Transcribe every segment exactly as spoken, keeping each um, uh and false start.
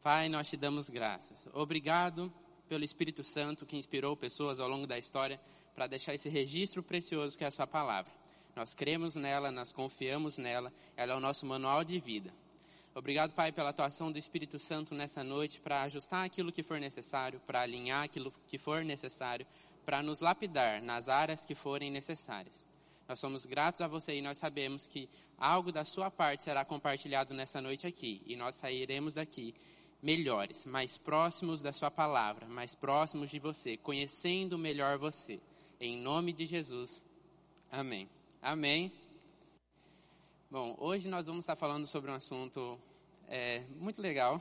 Pai, nós te damos graças. Obrigado pelo Espírito Santo que inspirou pessoas ao longo da história para deixar esse registro precioso que é a sua palavra. Nós cremos nela, nós confiamos nela, ela é o nosso manual de vida. Obrigado, Pai, pela atuação do Espírito Santo nessa noite para ajustar aquilo que for necessário, para alinhar aquilo que for necessário, para nos lapidar nas áreas que forem necessárias. Nós somos gratos a você e nós sabemos que algo da sua parte será compartilhado nessa noite aqui e nós sairemos daqui melhores, mais próximos da sua palavra, mais próximos de você, conhecendo melhor você. Em nome de Jesus. Amém. Amém. Bom, hoje nós vamos estar falando sobre um assunto é, muito legal,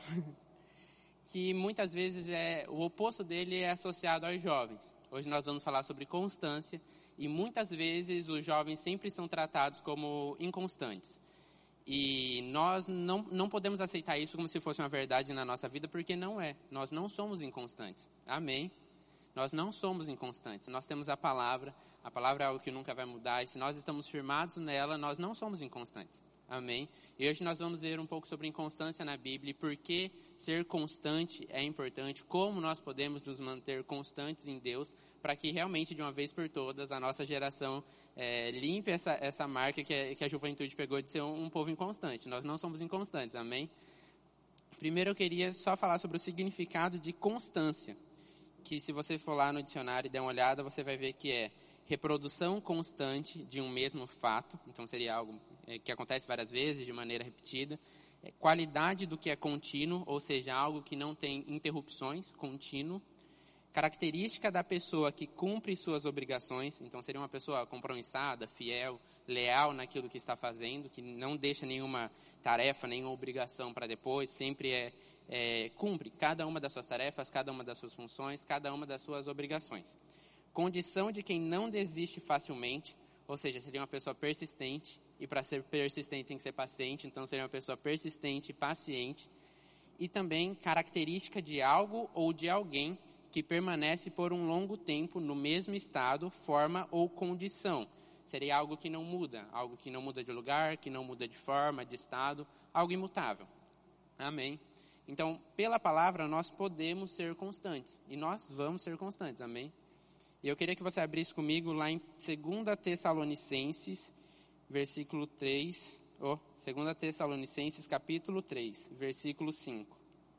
que muitas vezes é, o oposto dele é associado aos jovens. Hoje nós vamos falar sobre constância e muitas vezes os jovens sempre são tratados como inconstantes. E nós não, não podemos aceitar isso como se fosse uma verdade na nossa vida, porque não é. Nós não somos inconstantes. Amém? Nós não somos inconstantes. Nós temos a palavra. A palavra é algo que nunca vai mudar. E se nós estamos firmados nela, nós não somos inconstantes. Amém? E hoje nós vamos ver um pouco sobre inconstância na Bíblia e por que ser constante é importante, como nós podemos nos manter constantes em Deus, para que realmente, de uma vez por todas, a nossa geração é, limpe essa, essa marca que a, que a juventude pegou de ser um, um povo inconstante. Nós não somos inconstantes, amém? Primeiro eu queria só falar sobre o significado de constância, que se você for lá no dicionário e der uma olhada, você vai ver que é reprodução constante de um mesmo fato, então seria algo é, que acontece várias vezes, de maneira repetida. É, qualidade do que é contínuo, ou seja, algo que não tem interrupções, contínuo. Característica da pessoa que cumpre suas obrigações, então seria uma pessoa compromissada, fiel, leal naquilo que está fazendo, que não deixa nenhuma tarefa, nenhuma obrigação para depois, sempre é, é, cumpre cada uma das suas tarefas, cada uma das suas funções, cada uma das suas obrigações. Condição de quem não desiste facilmente, ou seja, seria uma pessoa persistente, e para ser persistente tem que ser paciente, então seria uma pessoa persistente e paciente. E também característica de algo ou de alguém que permanece por um longo tempo no mesmo estado, forma ou condição. Seria algo que não muda, algo que não muda de lugar, que não muda de forma, de estado, algo imutável. Amém? Então, pela palavra, nós podemos ser constantes, e nós vamos ser constantes, amém? E eu queria que você abrisse comigo lá em segunda Tessalonicenses, versículo três, oh, segunda Tessalonicenses, capítulo três, versículo cinco.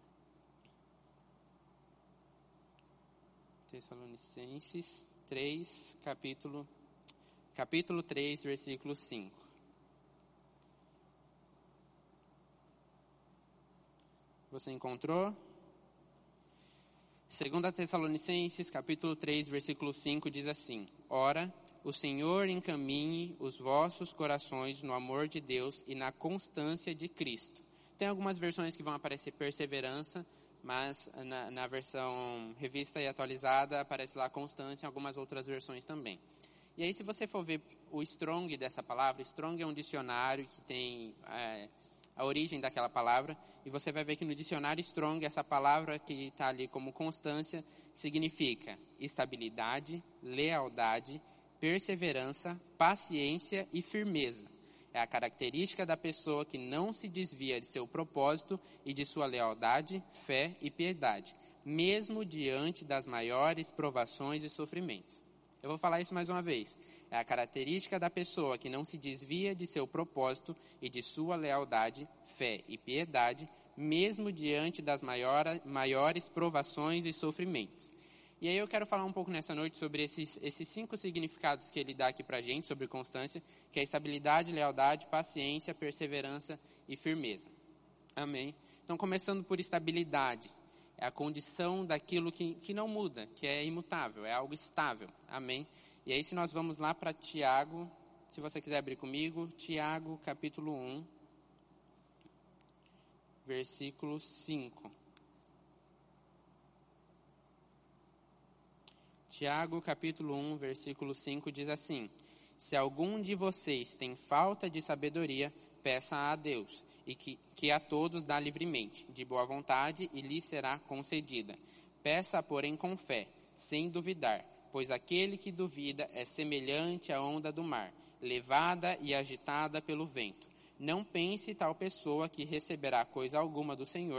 Tessalonicenses três, capítulo, capítulo três, versículo cinco. Você encontrou? segunda Tessalonicenses, capítulo três, versículo cinco, diz assim: Ora, o Senhor encaminhe os vossos corações no amor de Deus e na constância de Cristo. Tem algumas versões que vão aparecer perseverança, mas na, na versão revista e atualizada aparece lá constância, em algumas outras versões também. E aí, se você for ver o Strong dessa palavra, Strong é um dicionário que tem é, a origem daquela palavra, e você vai ver que no dicionário Strong, essa palavra que está ali como constância, significa estabilidade, lealdade, perseverança, paciência e firmeza. É a característica da pessoa que não se desvia de seu propósito e de sua lealdade, fé e piedade, mesmo diante das maiores provações e sofrimentos. Eu vou falar isso mais uma vez. É a característica da pessoa que não se desvia de seu propósito e de sua lealdade, fé e piedade, mesmo diante das maior, maiores provações e sofrimentos. E aí eu quero falar um pouco nessa noite sobre esses, esses cinco significados que ele dá aqui pra gente, sobre constância, que é estabilidade, lealdade, paciência, perseverança e firmeza. Amém? Então, começando por estabilidade. É a condição daquilo que, que não muda, que é imutável, é algo estável. Amém? E aí, se nós vamos lá para Tiago, se você quiser abrir comigo, Tiago, capítulo um, versículo cinco. Tiago, capítulo um, versículo cinco, diz assim: Se algum de vocês tem falta de sabedoria, peça a Deus, e que, que a todos dá livremente, de boa vontade, e lhe será concedida. Peça, porém, com fé, sem duvidar, pois aquele que duvida é semelhante à onda do mar, levada e agitada pelo vento. Não pense tal pessoa que receberá coisa alguma do Senhor,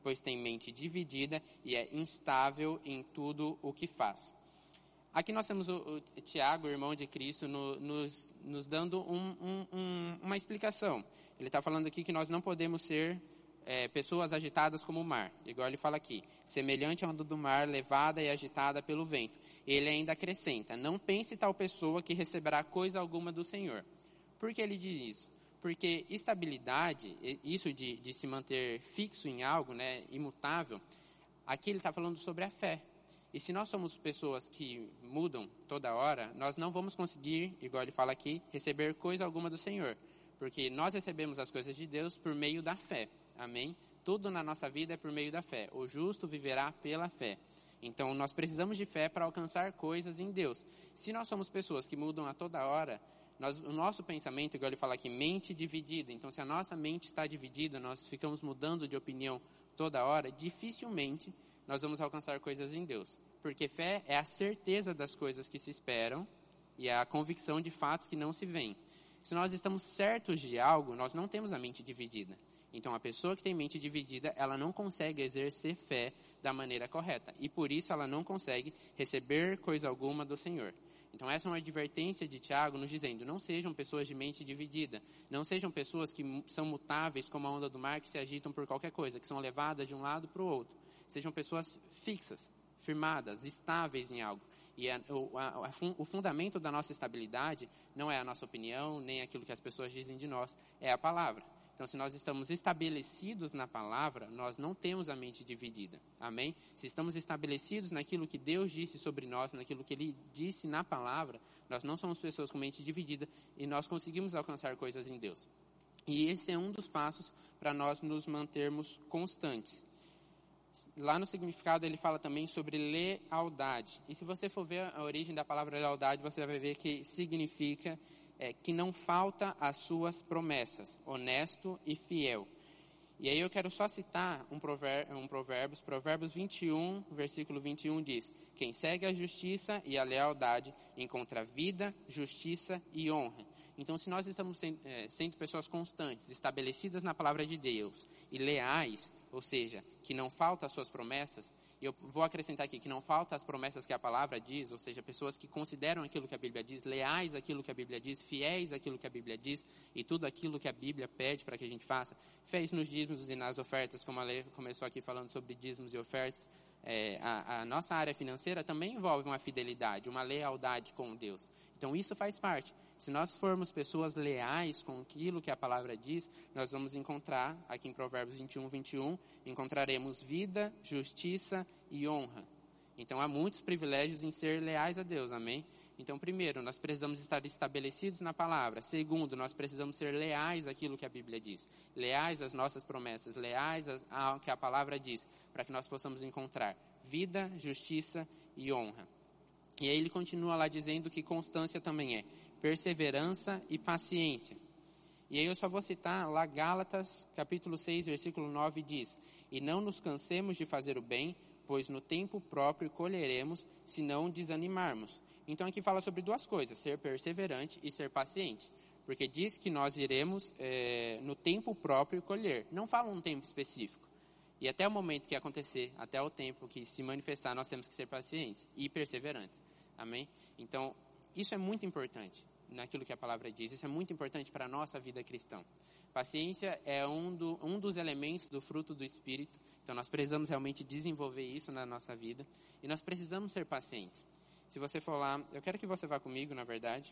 pois tem mente dividida e é instável em tudo o que faz. Aqui nós temos o, o Tiago, o irmão de Cristo, no, nos, nos dando um, um, um, uma explicação. Ele está falando aqui que nós não podemos ser é, pessoas agitadas como o mar. Igual ele fala aqui, semelhante à onda do mar, levada e agitada pelo vento. Ele ainda acrescenta, não pense tal pessoa que receberá coisa alguma do Senhor. Por que ele diz isso? Porque estabilidade, isso de, de se manter fixo em algo, né, imutável, aqui ele está falando sobre a fé. E se nós somos pessoas que mudam toda hora, nós não vamos conseguir, igual ele fala aqui, receber coisa alguma do Senhor. Porque nós recebemos as coisas de Deus por meio da fé. Amém? Tudo na nossa vida é por meio da fé. O justo viverá pela fé. Então, nós precisamos de fé para alcançar coisas em Deus. Se nós somos pessoas que mudam a toda hora, nós, o nosso pensamento, igual ele fala aqui, mente dividida. Então, se a nossa mente está dividida, nós ficamos mudando de opinião toda hora, dificilmente nós vamos alcançar coisas em Deus. Porque fé é a certeza das coisas que se esperam e é a convicção de fatos que não se veem. Se nós estamos certos de algo, nós não temos a mente dividida. Então, a pessoa que tem mente dividida, ela não consegue exercer fé da maneira correta. E por isso ela não consegue receber coisa alguma do Senhor. Então, essa é uma advertência de Tiago nos dizendo, não sejam pessoas de mente dividida. Não sejam pessoas que são mutáveis como a onda do mar, que se agitam por qualquer coisa, que são levadas de um lado para o outro. Sejam pessoas fixas, firmadas, estáveis em algo. E a, o, a, a, o fundamento da nossa estabilidade não é a nossa opinião, nem aquilo que as pessoas dizem de nós, é a palavra. Então, se nós estamos estabelecidos na palavra, nós não temos a mente dividida. Amém? Se estamos estabelecidos naquilo que Deus disse sobre nós, naquilo que Ele disse na palavra, nós não somos pessoas com mente dividida e nós conseguimos alcançar coisas em Deus. E esse é um dos passos para nós nos mantermos constantes. Lá no significado ele fala também sobre lealdade. E se você for ver a origem da palavra lealdade, você vai ver que significa é, que não falta às suas promessas, honesto e fiel. E aí eu quero só citar um provérbio, um provérbios, Provérbios vinte e um, versículo vinte e um diz, quem segue a justiça e a lealdade encontra vida, justiça e honra. Então, se nós estamos sendo, é, sendo pessoas constantes, estabelecidas na palavra de Deus e leais, ou seja, que não falta às suas promessas, e eu vou acrescentar aqui que não falta as promessas que a palavra diz, ou seja, pessoas que consideram aquilo que a Bíblia diz, leais àquilo que a Bíblia diz, fiéis àquilo que a Bíblia diz e tudo aquilo que a Bíblia pede para que a gente faça, fez nos dízimos e nas ofertas, como a Lê começou aqui falando sobre dízimos e ofertas, é, a, a nossa área financeira também envolve uma fidelidade, uma lealdade com Deus. Então, isso faz parte. Se nós formos pessoas leais com aquilo que a palavra diz, nós vamos encontrar, aqui em Provérbios vinte e um, vinte e um, encontraremos vida, justiça e honra. Então, há muitos privilégios em ser leais a Deus, amém? Então, primeiro, nós precisamos estar estabelecidos na palavra. Segundo, nós precisamos ser leais àquilo que a Bíblia diz. Leais às nossas promessas, leais ao que a palavra diz, para que nós possamos encontrar vida, justiça e honra. E aí ele continua lá dizendo que constância também é perseverança e paciência. E aí eu só vou citar lá Gálatas, capítulo seis, versículo nove, diz, e não nos cansemos de fazer o bem, pois no tempo próprio colheremos, se não desanimarmos. Então aqui fala sobre duas coisas, ser perseverante e ser paciente. Porque diz que nós iremos é, no tempo próprio colher. Não fala um tempo específico. E até o momento que acontecer, até o tempo que se manifestar, nós temos que ser pacientes e perseverantes. Amém? Então, isso é muito importante naquilo que a palavra diz. Isso é muito importante para a nossa vida cristã. Paciência é um, do, um dos elementos do fruto do Espírito. Então, nós precisamos realmente desenvolver isso na nossa vida. E nós precisamos ser pacientes. Se você for lá, eu quero que você vá comigo, na verdade.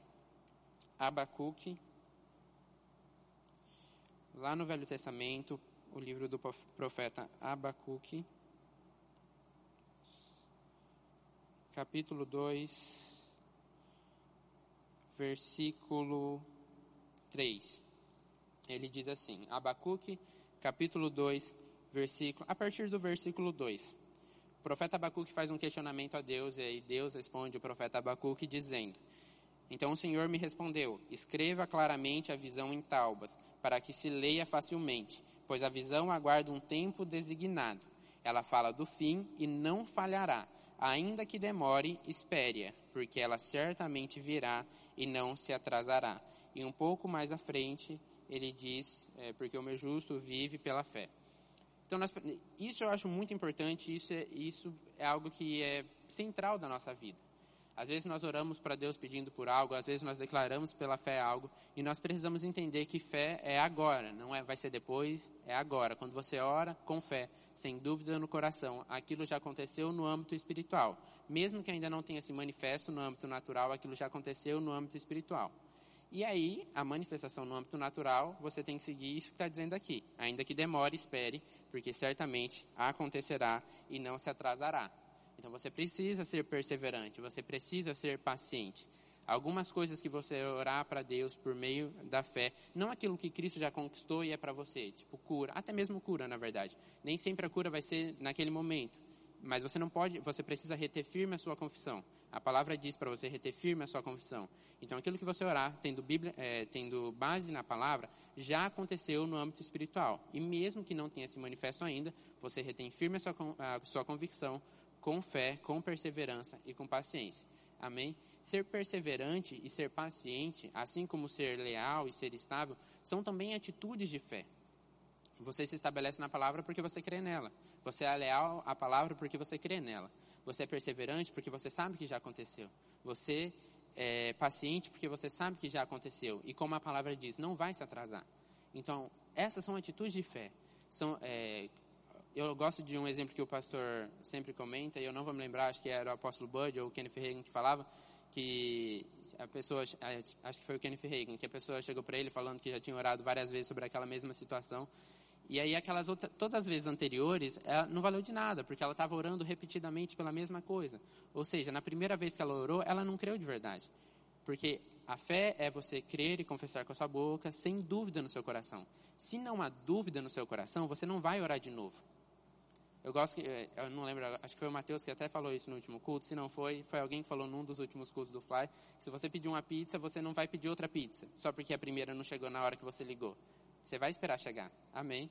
Abacuque. Lá no Velho Testamento, o livro do profeta Abacuque. Capítulo dois, versículo três. Ele diz assim, Abacuque, capítulo dois, versículo, a partir do versículo dois. O profeta Abacuque faz um questionamento a Deus, e aí Deus responde o profeta Abacuque dizendo, então o Senhor me respondeu, escreva claramente a visão em tábuas, para que se leia facilmente, pois a visão aguarda um tempo designado. Ela fala do fim e não falhará. Ainda que demore, espere-a, porque ela certamente virá e não se atrasará. E um pouco mais à frente, ele diz, é, porque o meu justo vive pela fé. Então, nós, isso eu acho muito importante, isso é, isso é algo que é central da nossa vida. Às vezes nós oramos para Deus pedindo por algo, às vezes nós declaramos pela fé algo, e nós precisamos entender que fé é agora, não é vai ser depois, é agora. Quando você ora com fé, sem dúvida no coração, aquilo já aconteceu no âmbito espiritual. Mesmo que ainda não tenha se manifesto no âmbito natural, aquilo já aconteceu no âmbito espiritual. E aí, a manifestação no âmbito natural, você tem que seguir isso que está dizendo aqui. Ainda que demore, espere, porque certamente acontecerá e não se atrasará. Então, você precisa ser perseverante, você precisa ser paciente. Algumas coisas que você orar para Deus por meio da fé, não aquilo que Cristo já conquistou e é para você, tipo cura, até mesmo cura, na verdade. Nem sempre a cura vai ser naquele momento, mas você não pode, você precisa reter firme a sua confissão. A palavra diz para você reter firme a sua confissão. Então, aquilo que você orar, tendo, Bíblia, é, tendo base na palavra, já aconteceu no âmbito espiritual. E mesmo que não tenha se manifesto ainda, você retém firme a sua, a sua convicção, com fé, com perseverança e com paciência. Amém? Ser perseverante e ser paciente, assim como ser leal e ser estável, são também atitudes de fé. Você se estabelece na palavra porque você crê nela. Você é leal à palavra porque você crê nela. Você é perseverante porque você sabe que já aconteceu. Você é paciente porque você sabe que já aconteceu. E como a palavra diz, não vai se atrasar. Então, essas são atitudes de fé. São... É, Eu gosto de um exemplo que o pastor sempre comenta, e eu não vou me lembrar, acho que era o apóstolo Bud ou o Kenneth Hagin que falava, que a pessoa, acho que foi o Kenneth Hagin, que a pessoa chegou para ele falando que já tinha orado várias vezes sobre aquela mesma situação, e aí aquelas outras, todas as vezes anteriores, ela não valeu de nada, porque ela estava orando repetidamente pela mesma coisa. Ou seja, na primeira vez que ela orou, ela não creu de verdade. Porque a fé é você crer e confessar com a sua boca, sem dúvida no seu coração. Se não há dúvida no seu coração, você não vai orar de novo. Eu gosto que, eu não lembro, acho que foi o Mateus que até falou isso no último culto, se não foi, foi alguém que falou num dos últimos cultos do Fly, que se você pedir uma pizza, você não vai pedir outra pizza, só porque a primeira não chegou na hora que você ligou. Você vai esperar chegar. Amém?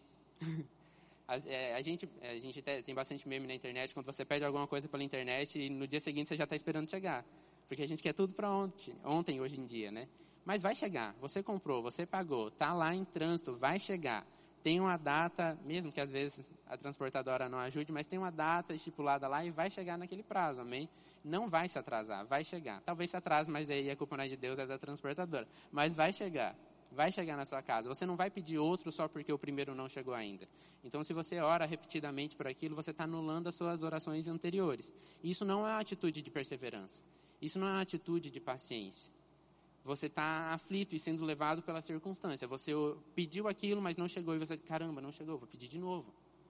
a, é, a gente, a gente tem bastante meme na internet, quando você pede alguma coisa pela internet e no dia seguinte você já está esperando chegar. Porque a gente quer tudo para ontem, ontem, hoje em dia, né? Mas vai chegar, você comprou, você pagou, está lá em trânsito, vai chegar. Tem uma data, mesmo que às vezes a transportadora não ajude, mas tem uma data estipulada lá e vai chegar naquele prazo, amém? Não vai se atrasar, vai chegar. Talvez se atrase, mas aí a culpa não é de Deus, é da transportadora. Mas vai chegar, vai chegar na sua casa. Você não vai pedir outro só porque o primeiro não chegou ainda. Então, se você ora repetidamente por aquilo, você está anulando as suas orações anteriores. Isso não é uma atitude de perseverança. Isso não é uma atitude de paciência. Você está aflito e sendo levado pela circunstância. Você pediu aquilo, mas não chegou. E você, caramba, não chegou, vou pedir de novo.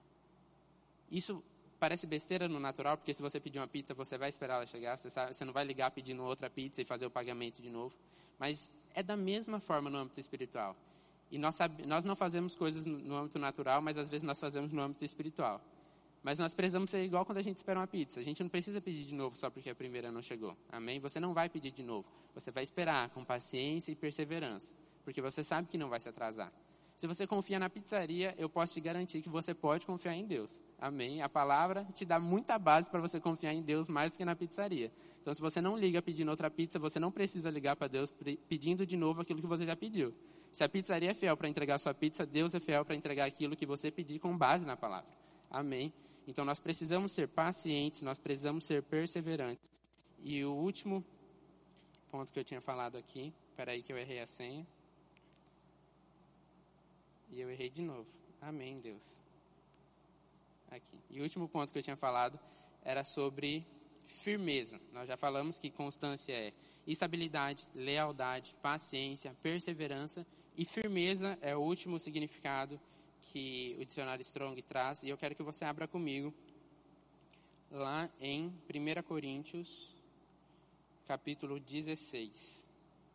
Isso parece besteira no natural, porque se você pedir uma pizza, você vai esperar ela chegar. Você, sabe, você não vai ligar pedindo outra pizza e fazer o pagamento de novo. Mas é da mesma forma no âmbito espiritual. E nós, sabe, nós não fazemos coisas no, no âmbito natural, mas às vezes nós fazemos no âmbito espiritual. Mas nós precisamos ser igual quando a gente espera uma pizza. A gente não precisa pedir de novo só porque a primeira não chegou. Amém? Você não vai pedir de novo. Você vai esperar com paciência e perseverança. Porque você sabe que não vai se atrasar. Se você confia na pizzaria, eu posso te garantir que você pode confiar em Deus. Amém? A palavra te dá muita base para você confiar em Deus mais do que na pizzaria. Então, se você não liga pedindo outra pizza, você não precisa ligar para Deus pedindo de novo aquilo que você já pediu. Se a pizzaria é fiel para entregar sua pizza, Deus é fiel para entregar aquilo que você pedir com base na palavra. Amém? Então, nós precisamos ser pacientes, nós precisamos ser perseverantes. E o último ponto que eu tinha falado aqui, espera aí que eu errei a senha. E eu errei de novo. Amém, Deus. Aqui. E o último ponto que eu tinha falado era sobre firmeza. Nós já falamos que constância é estabilidade, lealdade, paciência, perseverança. E firmeza é o último significado que o dicionário Strong traz, e eu quero que você abra comigo lá em primeira Coríntios, capítulo dezesseis.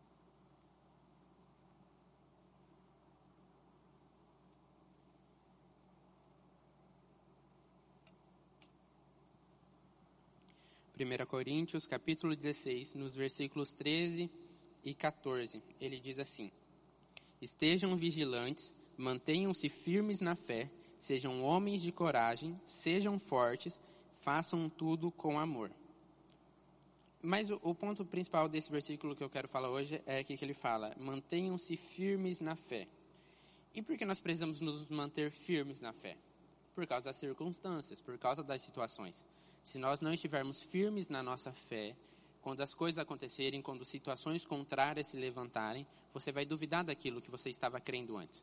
primeira Coríntios, capítulo dezesseis, nos versículos treze e quatorze, ele diz assim: estejam vigilantes, mantenham-se firmes na fé, sejam homens de coragem, sejam fortes, façam tudo com amor. Mas o, o ponto principal desse versículo que eu quero falar hoje é que, que ele fala, mantenham-se firmes na fé. E por que nós precisamos nos manter firmes na fé? Por causa das circunstâncias, por causa das situações. Se nós não estivermos firmes na nossa fé, quando as coisas acontecerem, quando situações contrárias se levantarem, você vai duvidar daquilo que você estava crendo antes.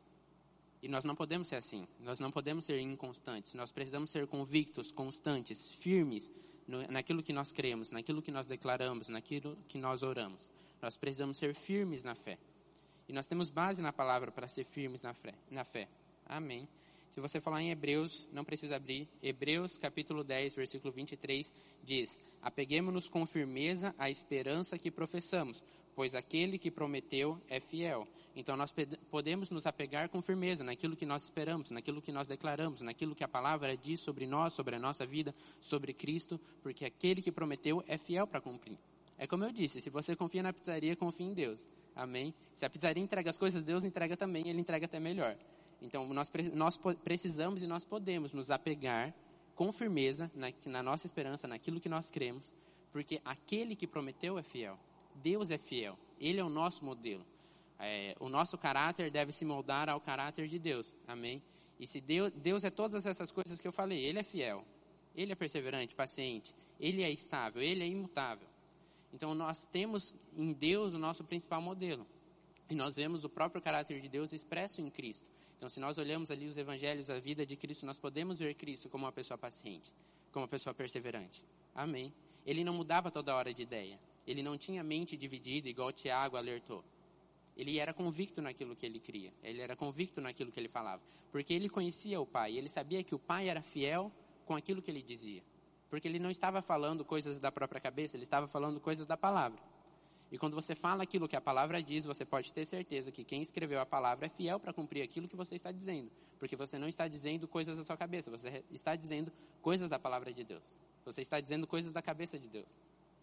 E nós não podemos ser assim, nós não podemos ser inconstantes, nós precisamos ser convictos, constantes, firmes no, naquilo que nós cremos, naquilo que nós declaramos, naquilo que nós oramos. Nós precisamos ser firmes na fé. E nós temos base na palavra para ser firmes na fé. Na fé. Amém. Se você falar em Hebreus, não precisa abrir. Hebreus capítulo dez, versículo vinte e três, diz: apeguemo-nos com firmeza à esperança que professamos, pois aquele que prometeu é fiel. Então nós podemos nos apegar com firmeza naquilo que nós esperamos, naquilo que nós declaramos, naquilo que a palavra diz sobre nós, sobre a nossa vida, sobre Cristo, porque aquele que prometeu é fiel para cumprir. É como eu disse, se você confia na pizzaria, confia em Deus. Amém? Se a pizzaria entrega as coisas, Deus entrega também, Ele entrega até melhor. Então, nós, nós precisamos e nós podemos nos apegar com firmeza na, na nossa esperança, naquilo que nós cremos, porque aquele que prometeu é fiel. Deus é fiel. Ele é o nosso modelo. É, o nosso caráter deve se moldar ao caráter de Deus. Amém? E se Deus, Deus é todas essas coisas que eu falei, Ele é fiel. Ele é perseverante, paciente. Ele é estável, Ele é imutável. Então, nós temos em Deus o nosso principal modelo. E nós vemos o próprio caráter de Deus expresso em Cristo. Então, se nós olhamos ali os evangelhos, a vida de Cristo, nós podemos ver Cristo como uma pessoa paciente, como uma pessoa perseverante. Amém. Ele não mudava toda hora de ideia. Ele não tinha mente dividida, igual Tiago alertou. Ele era convicto naquilo que ele cria. Ele era convicto naquilo que ele falava. Porque ele conhecia o Pai. Ele sabia que o Pai era fiel com aquilo que ele dizia. Porque ele não estava falando coisas da própria cabeça, ele estava falando coisas da palavra. E quando você fala aquilo que a palavra diz, você pode ter certeza que quem escreveu a palavra é fiel para cumprir aquilo que você está dizendo. Porque você não está dizendo coisas da sua cabeça, você está dizendo coisas da palavra de Deus. Você está dizendo coisas da cabeça de Deus.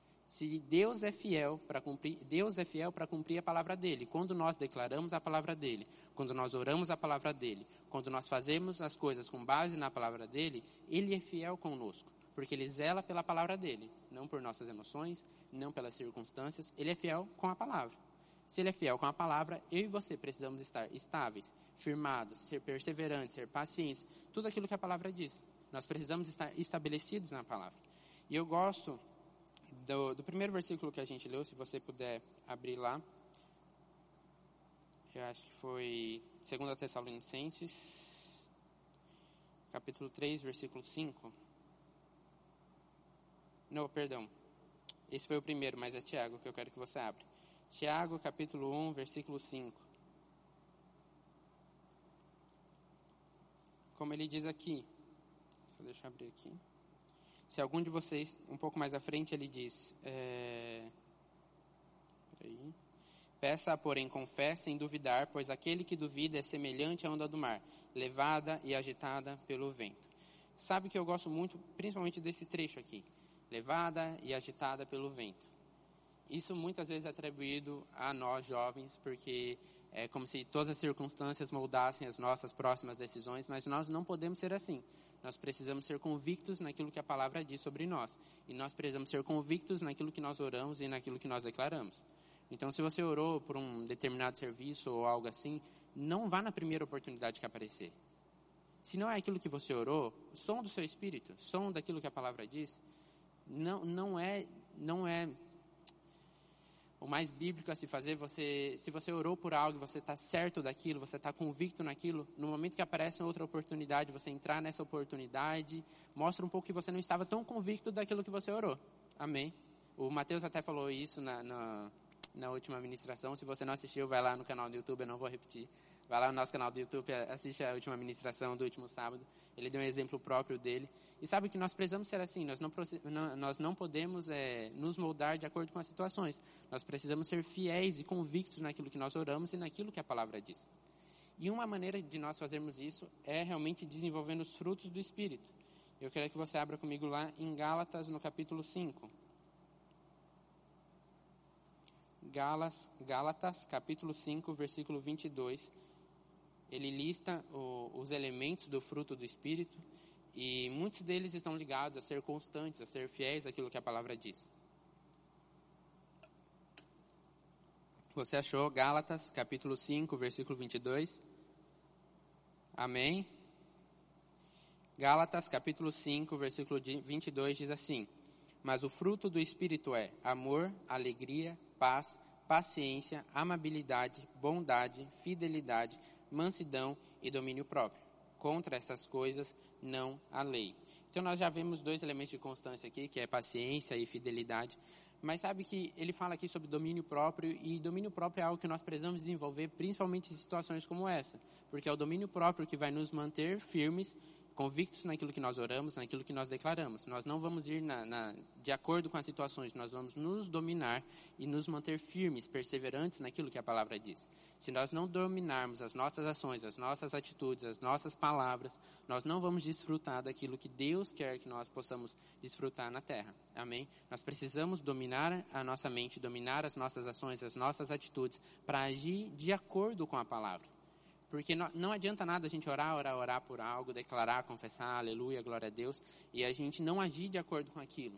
Se Deus é fiel para cumprir, Deus é fiel para cumprir a palavra dele. Quando nós declaramos a palavra dele, quando nós oramos a palavra dele, quando nós fazemos as coisas com base na palavra dele, ele é fiel conosco. Porque ele zela pela palavra dele, não por nossas emoções, não pelas circunstâncias. Ele é fiel com a palavra. Se ele é fiel com a palavra, eu e você precisamos estar estáveis, firmados, ser perseverantes, ser pacientes. Tudo aquilo que a palavra diz. Nós precisamos estar estabelecidos na palavra. E eu gosto do, do primeiro versículo que a gente leu, se você puder abrir lá. Eu acho que foi dois Tessalonicenses, capítulo três, versículo cinco. Não, perdão. Esse foi o primeiro, mas é Tiago que eu quero que você abra. Tiago, capítulo um, versículo cinco. Como ele diz aqui. Deixa eu abrir aqui. Se algum de vocês, um pouco mais à frente, ele diz... É, peraí. Peça, porém, com fé, sem duvidar, pois aquele que duvida é semelhante à onda do mar, levada e agitada pelo vento. Sabe que eu gosto muito, principalmente desse trecho aqui. Levada e agitada pelo vento. Isso muitas vezes é atribuído a nós jovens, porque é como se todas as circunstâncias moldassem as nossas próximas decisões, mas nós não podemos ser assim. Nós precisamos ser convictos naquilo que a palavra diz sobre nós. E nós precisamos ser convictos naquilo que nós oramos e naquilo que nós declaramos. Então, se você orou por um determinado serviço ou algo assim, não vá na primeira oportunidade que aparecer. Se não é aquilo que você orou, som do seu espírito, som daquilo que a palavra diz, Não, não, é, não é o mais bíblico a se fazer. Você, se você orou por algo, você está certo daquilo, você está convicto naquilo, no momento que aparece outra oportunidade, você entrar nessa oportunidade, mostra um pouco que você não estava tão convicto daquilo que você orou. Amém? O Mateus até falou isso na, na, na última ministração. Se você não assistiu, vai lá no canal do YouTube, eu não vou repetir. Vai lá no nosso canal do YouTube, assiste a última ministração do último sábado. Ele deu um exemplo próprio dele. E sabe que nós precisamos ser assim. Nós não, nós não podemos é, nos moldar de acordo com as situações. Nós precisamos ser fiéis e convictos naquilo que nós oramos e naquilo que a palavra diz. E uma maneira de nós fazermos isso é realmente desenvolvendo os frutos do Espírito. Eu quero que você abra comigo lá em Gálatas, no capítulo cinco. Gálatas, Gálatas capítulo cinco, versículo vinte e dois. Ele lista o, os elementos do fruto do Espírito e muitos deles estão ligados a ser constantes, a ser fiéis àquilo que a palavra diz. Você achou Gálatas, capítulo cinco, versículo vinte e dois? Amém? Gálatas, capítulo cinco, versículo vinte e dois, diz assim: mas o fruto do Espírito é amor, alegria, paz, paciência, amabilidade, bondade, fidelidade, mansidão e domínio próprio. Contra estas coisas não há lei. Então nós já vemos dois elementos de constância aqui, que é paciência e fidelidade. Mas sabe que ele fala aqui sobre domínio próprio, e domínio próprio é algo que nós precisamos desenvolver, principalmente em situações como essa. Porque é o domínio próprio que vai nos manter firmes, convictos naquilo que nós oramos, naquilo que nós declaramos. Nós não vamos ir na, na, de acordo com as situações, nós vamos nos dominar e nos manter firmes, perseverantes naquilo que a palavra diz. Se nós não dominarmos as nossas ações, as nossas atitudes, as nossas palavras, nós não vamos desfrutar daquilo que Deus quer que nós possamos desfrutar na terra. Amém? Nós precisamos dominar a nossa mente, dominar as nossas ações, as nossas atitudes, para agir de acordo com a palavra. Porque não adianta nada a gente orar, orar, orar por algo, declarar, confessar, aleluia, glória a Deus, e a gente não agir de acordo com aquilo.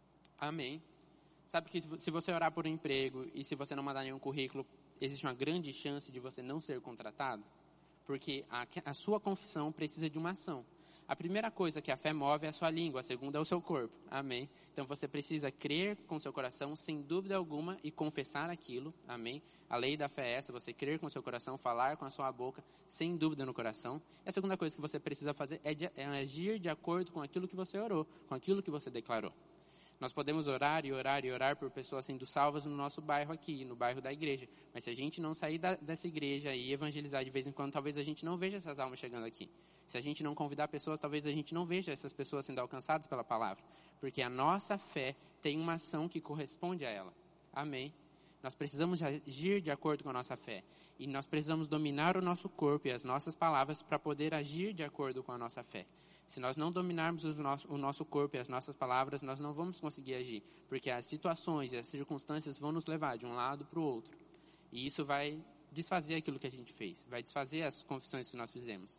Amém. Sabe que se você orar por um emprego e se você não mandar nenhum currículo, existe uma grande chance de você não ser contratado? Porque a, a sua confissão precisa de uma ação. A primeira coisa que a fé move é a sua língua, a segunda é o seu corpo. Amém? Então você precisa crer com seu coração, sem dúvida alguma, e confessar aquilo. Amém? A lei da fé é essa, você crer com seu coração, falar com a sua boca, sem dúvida no coração. E a segunda coisa que você precisa fazer é, de, é agir de acordo com aquilo que você orou, com aquilo que você declarou. Nós podemos orar e orar e orar por pessoas sendo salvas no nosso bairro aqui, no bairro da igreja. Mas se a gente não sair da, dessa igreja e evangelizar de vez em quando, talvez a gente não veja essas almas chegando aqui. Se a gente não convidar pessoas, talvez a gente não veja essas pessoas sendo alcançadas pela palavra. Porque a nossa fé tem uma ação que corresponde a ela. Amém? Nós precisamos agir de acordo com a nossa fé. E nós precisamos dominar o nosso corpo e as nossas palavras para poder agir de acordo com a nossa fé. Se nós não dominarmos o nosso, o nosso corpo e as nossas palavras, nós não vamos conseguir agir. Porque as situações e as circunstâncias vão nos levar de um lado para o outro. E isso vai desfazer aquilo que a gente fez. Vai desfazer as confissões que nós fizemos.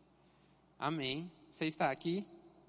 Amém. Você está aqui?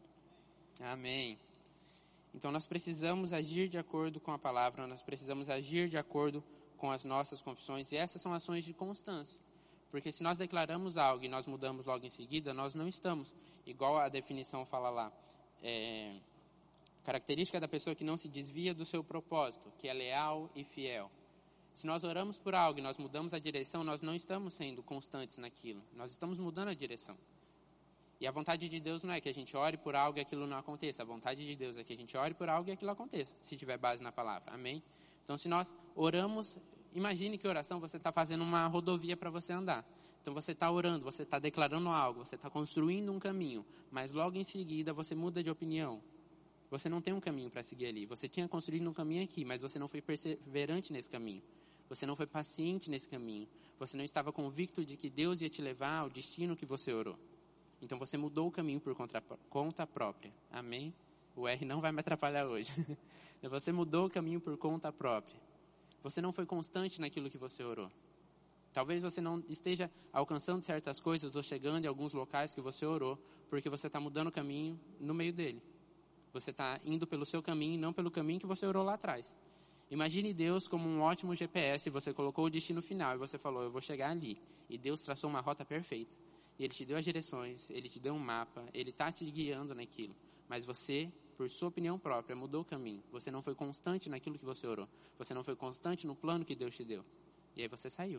Amém. Então nós precisamos agir de acordo com a palavra. Nós precisamos agir de acordo com as nossas confissões. E essas são ações de constância. Porque se nós declaramos algo e nós mudamos logo em seguida, nós não estamos, igual a definição fala lá, é, característica da pessoa que não se desvia do seu propósito, que é leal e fiel. Se nós oramos por algo e nós mudamos a direção, nós não estamos sendo constantes naquilo, nós estamos mudando a direção. E a vontade de Deus não é que a gente ore por algo e aquilo não aconteça, a vontade de Deus é que a gente ore por algo e aquilo aconteça, se tiver base na palavra, amém? Então se nós oramos... Imagine que oração você está fazendo uma rodovia para você andar. Então você está orando, você está declarando algo, você está construindo um caminho, mas logo em seguida você muda de opinião. Você não tem um caminho para seguir ali. Você tinha construído um caminho aqui, mas você não foi perseverante nesse caminho. Você não foi paciente nesse caminho. Você não estava convicto de que Deus ia te levar ao destino que você orou. Então você mudou o caminho por conta, conta própria. Amém? O R não vai me atrapalhar hoje. Você mudou o caminho por conta própria. Você não foi constante naquilo que você orou. Talvez você não esteja alcançando certas coisas ou chegando em alguns locais que você orou, porque você está mudando o caminho no meio dele. Você está indo pelo seu caminho e não pelo caminho que você orou lá atrás. Imagine Deus como um ótimo G P S, você colocou o destino final e você falou, eu vou chegar ali. E Deus traçou uma rota perfeita. E Ele te deu as direções, Ele te deu um mapa, Ele está te guiando naquilo. Mas você... por sua opinião própria, mudou o caminho. Você não foi constante naquilo que você orou. Você não foi constante no plano que Deus te deu. E aí você saiu.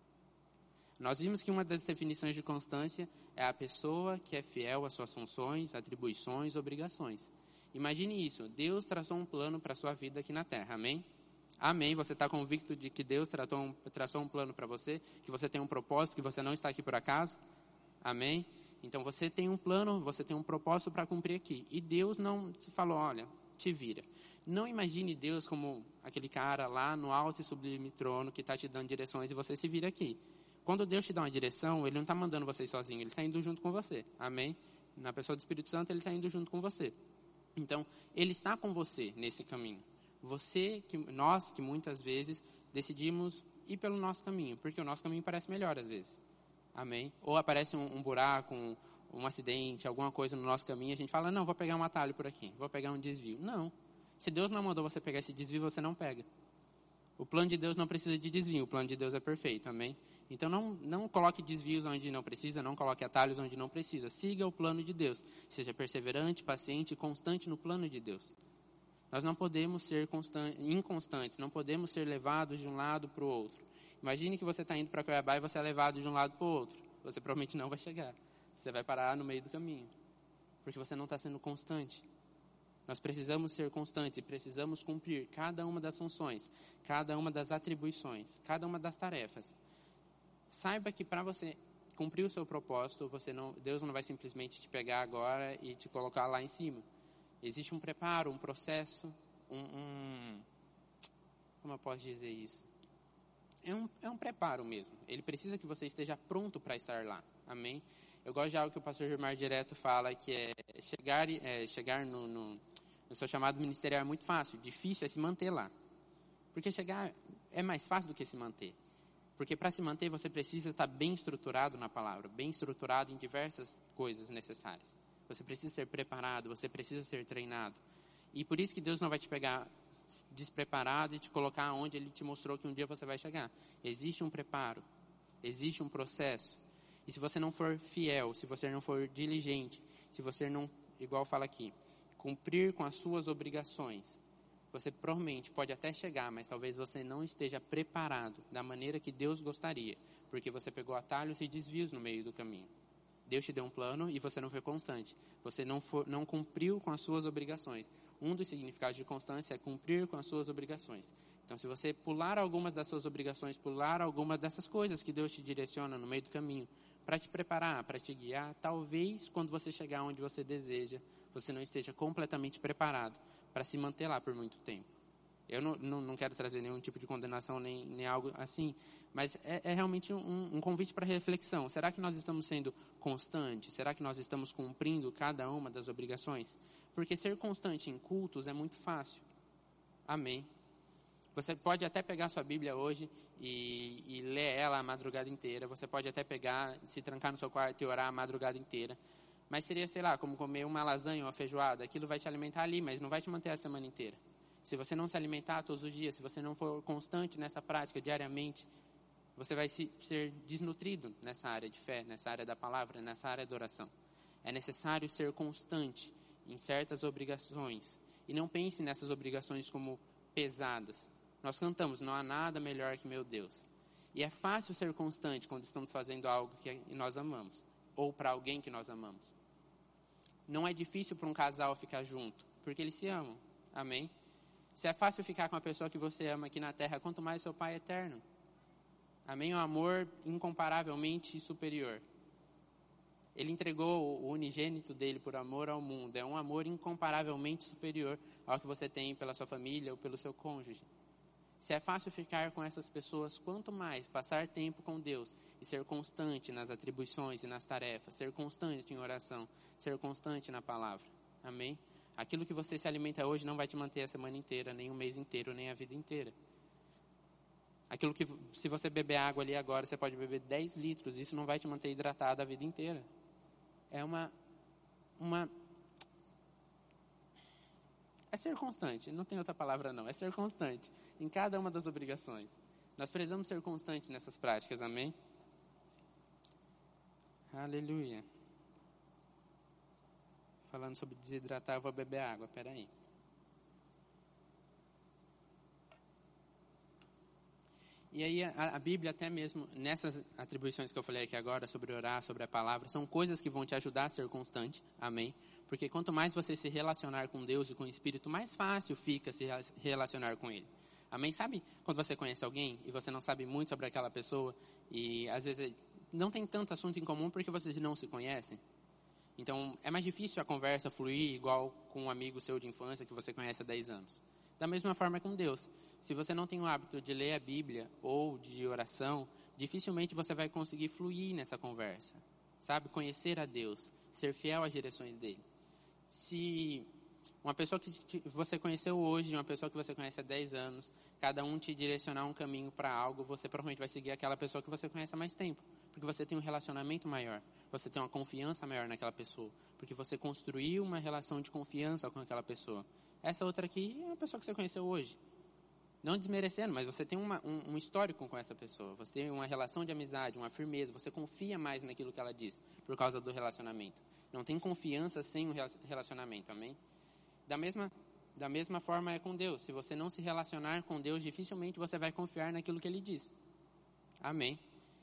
Nós vimos que uma das definições de constância é a pessoa que é fiel às suas funções, atribuições, obrigações. Imagine isso. Deus traçou um plano para a sua vida aqui na Terra. Amém? Amém. Você está convicto de que Deus traçou um, traçou um plano para você? Que você tem um propósito, que você não está aqui por acaso? Amém? Então você tem um plano, você tem um propósito para cumprir aqui. E Deus não se falou, olha, te vira. Não imagine Deus como aquele cara lá no alto e sublime trono que está te dando direções e você se vira aqui. Quando Deus te dá uma direção, Ele não está mandando você sozinho, Ele está indo junto com você. Amém? Na pessoa do Espírito Santo, Ele está indo junto com você. Então, Ele está com você nesse caminho. Você, que, nós que muitas vezes decidimos ir pelo nosso caminho, porque o nosso caminho parece melhor às vezes. Amém? Ou aparece um, um buraco, um, um acidente, alguma coisa no nosso caminho, a gente fala, não, vou pegar um atalho por aqui, vou pegar um desvio. Não. Se Deus não mandou você pegar esse desvio, você não pega. O plano de Deus não precisa de desvio, o plano de Deus é perfeito, amém? Então não, não coloque desvios onde não precisa, não coloque atalhos onde não precisa. Siga o plano de Deus. Seja perseverante, paciente e constante no plano de Deus. Nós não podemos ser constant, inconstantes, não podemos ser levados de um lado para o outro. Imagine que você está indo para Cuiabá e você é levado de um lado para o outro. Você provavelmente não vai chegar. Você vai parar no meio do caminho, porque você não está sendo constante. Nós precisamos ser constantes e precisamos cumprir cada uma das funções, cada uma das atribuições, cada uma das tarefas. Saiba que para você cumprir o seu propósito, você não, Deus não vai simplesmente te pegar agora e te colocar lá em cima. Existe um preparo, um processo, um... um como eu posso dizer isso? É um, é um preparo mesmo. Ele precisa que você esteja pronto para estar lá. Amém? Eu gosto de algo que o pastor Gilmar Direto fala, que é chegar, é, chegar no, no, no seu chamado ministerial é muito fácil, difícil é se manter lá. Porque chegar é mais fácil do que se manter. Porque para se manter você precisa estar bem estruturado na palavra, bem estruturado em diversas coisas necessárias. Você precisa ser preparado, você precisa ser treinado. E por isso que Deus não vai te pegar despreparado e te colocar onde Ele te mostrou que um dia você vai chegar. Existe um preparo, existe um processo. E se você não for fiel, se você não for diligente, se você não, igual fala aqui, cumprir com as suas obrigações, você provavelmente pode até chegar, mas talvez você não esteja preparado da maneira que Deus gostaria, porque você pegou atalhos e desvios no meio do caminho. Deus te deu um plano e você não foi constante. Você não, for, não cumpriu com as suas obrigações. Um dos significados de constância é cumprir com as suas obrigações. Então, se você pular algumas das suas obrigações, pular algumas dessas coisas que Deus te direciona no meio do caminho, para te preparar, para te guiar, talvez quando você chegar onde você deseja, você não esteja completamente preparado para se manter lá por muito tempo. Eu não, não, não quero trazer nenhum tipo de condenação, nem, nem algo assim, mas é, é realmente um, um convite para reflexão. Será que nós estamos sendo constantes? Será que nós estamos cumprindo cada uma das obrigações? Porque ser constante em cultos é muito fácil. Amém. Você pode até pegar sua Bíblia hoje e, e ler ela a madrugada inteira. Você pode até pegar, se trancar no seu quarto e orar a madrugada inteira. Mas seria, sei lá, como comer uma lasanha ou uma feijoada. Aquilo vai te alimentar ali, mas não vai te manter a semana inteira. Se você não se alimentar todos os dias, se você não for constante nessa prática diariamente, você vai se, ser desnutrido nessa área de fé, nessa área da palavra, nessa área da oração. É necessário ser constante em certas obrigações. E não pense nessas obrigações como pesadas. Nós cantamos, não há nada melhor que meu Deus. E é fácil ser constante quando estamos fazendo algo que nós amamos, ou para alguém que nós amamos. Não é difícil para um casal ficar junto, porque eles se amam. Amém? Se é fácil ficar com a pessoa que você ama aqui na terra, quanto mais seu Pai eterno. Amém? Um amor incomparavelmente superior. Ele entregou o unigênito dele por amor ao mundo. É um amor incomparavelmente superior ao que você tem pela sua família ou pelo seu cônjuge. Se é fácil ficar com essas pessoas, quanto mais passar tempo com Deus e ser constante nas atribuições e nas tarefas, ser constante em oração, ser constante na palavra. Amém? Aquilo que você se alimenta hoje não vai te manter a semana inteira, nem o mês inteiro, nem a vida inteira. Aquilo que, se você beber água ali agora, você pode beber dez litros, isso não vai te manter hidratado a vida inteira. É uma, uma... É ser constante, não tem outra palavra não, é ser constante em cada uma das obrigações. Nós precisamos ser constantes nessas práticas, amém? Aleluia. Falando sobre desidratar, eu vou beber água, peraí. E aí a, a Bíblia, até mesmo nessas atribuições que eu falei aqui agora, sobre orar, sobre a palavra, são coisas que vão te ajudar a ser constante, amém? Porque quanto mais você se relacionar com Deus e com o Espírito, mais fácil fica se relacionar com Ele. Amém? Sabe quando você conhece alguém e você não sabe muito sobre aquela pessoa e às vezes não tem tanto assunto em comum porque vocês não se conhecem? Então, é mais difícil a conversa fluir igual com um amigo seu de infância que você conhece há dez anos. Da mesma forma com Deus. Se você não tem o hábito de ler a Bíblia ou de oração, dificilmente você vai conseguir fluir nessa conversa. Sabe? Conhecer a Deus, ser fiel às direções dele. Se uma pessoa que você conheceu hoje, uma pessoa que você conhece há dez anos, cada um te direcionar um caminho para algo, você provavelmente vai seguir aquela pessoa que você conhece há mais tempo. Porque você tem um relacionamento maior, você tem uma confiança maior naquela pessoa, porque você construiu uma relação de confiança com aquela pessoa. Essa outra aqui é uma pessoa que você conheceu hoje. Não desmerecendo, mas você tem uma, um, um histórico com essa pessoa. Você tem uma relação de amizade, uma firmeza. Você confia mais naquilo que ela diz por causa do relacionamento. Não tem confiança sem o relacionamento, amém? Da mesma, da mesma forma é com Deus. Se você não se relacionar com Deus, dificilmente você vai confiar naquilo que Ele diz. Amém?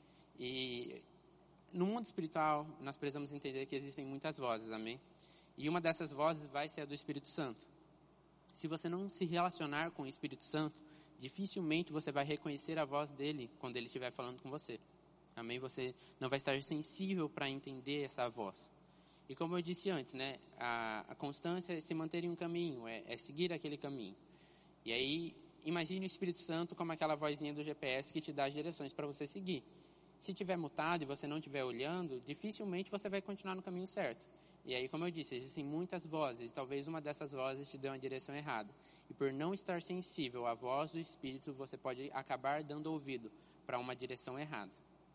E no mundo espiritual, nós precisamos entender que existem muitas vozes, amém? E uma dessas vozes vai ser a do Espírito Santo. Se você não se relacionar com o Espírito Santo, dificilmente você vai reconhecer a voz dele quando ele estiver falando com você. Amém? Você não vai estar sensível para entender essa voz. E como eu disse antes, né, a, a constância é se manter em um caminho, é, é seguir aquele caminho. E aí, imagine o Espírito Santo como aquela vozinha do G P S que te dá as direções para você seguir. Se tiver mutado e você não estiver olhando, dificilmente você vai continuar no caminho certo. E aí, como eu disse, existem muitas vozes, e talvez uma dessas vozes te dê uma direção errada. E por não estar sensível à voz do Espírito, você pode acabar dando ouvido para uma direção errada.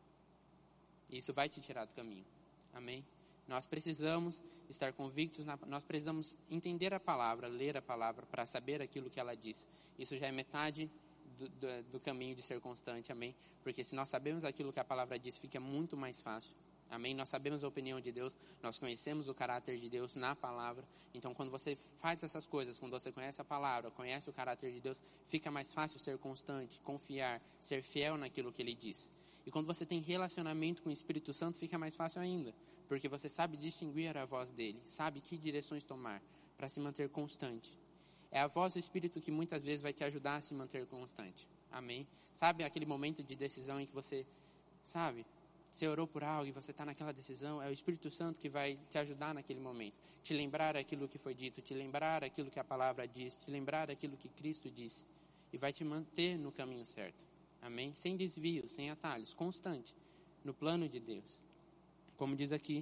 E isso vai te tirar do caminho. Amém? Nós precisamos estar convictos, na, nós precisamos entender a palavra, ler a palavra, para saber aquilo que ela diz. Isso já é metade do, do, do caminho de ser constante, amém? Porque se nós sabemos aquilo que a palavra diz, fica muito mais fácil. Amém? Nós sabemos a opinião de Deus, nós conhecemos o caráter de Deus na palavra. Então, quando você faz essas coisas, quando você conhece a palavra, conhece o caráter de Deus, fica mais fácil ser constante, confiar, ser fiel naquilo que Ele diz. E quando você tem relacionamento com o Espírito Santo, fica mais fácil ainda, porque você sabe distinguir a voz dele, sabe que direções tomar para se manter constante. É a voz do Espírito que muitas vezes vai te ajudar a se manter constante. Amém? Sabe aquele momento de decisão em que você, sabe... Você orou por algo e você está naquela decisão, é o Espírito Santo que vai te ajudar naquele momento. Te lembrar aquilo que foi dito, te lembrar aquilo que a palavra diz, te lembrar aquilo que Cristo disse. E vai te manter no caminho certo. Amém? Sem desvios, sem atalhos, constante, no plano de Deus. Como diz aqui,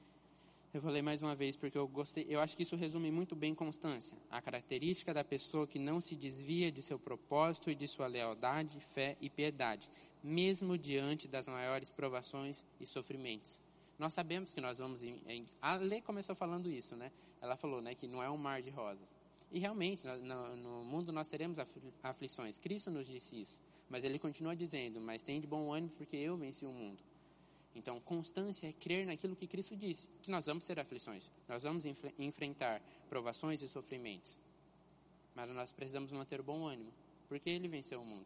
eu vou ler mais uma vez porque eu gostei, eu acho que isso resume muito bem constância. A característica da pessoa que não se desvia de seu propósito e de sua lealdade, fé e piedade, mesmo diante das maiores provações e sofrimentos. Nós sabemos que nós vamos... Em, em, a Lê começou falando isso, né? Ela falou, né, que não é um mar de rosas. E realmente, no, no mundo nós teremos aflições. Cristo nos disse isso. Mas Ele continua dizendo, mas tem de bom ânimo porque eu venci o mundo. Então, constância é crer naquilo que Cristo disse, que nós vamos ter aflições. Nós vamos enf- enfrentar provações e sofrimentos. Mas nós precisamos manter o bom ânimo, porque Ele venceu o mundo.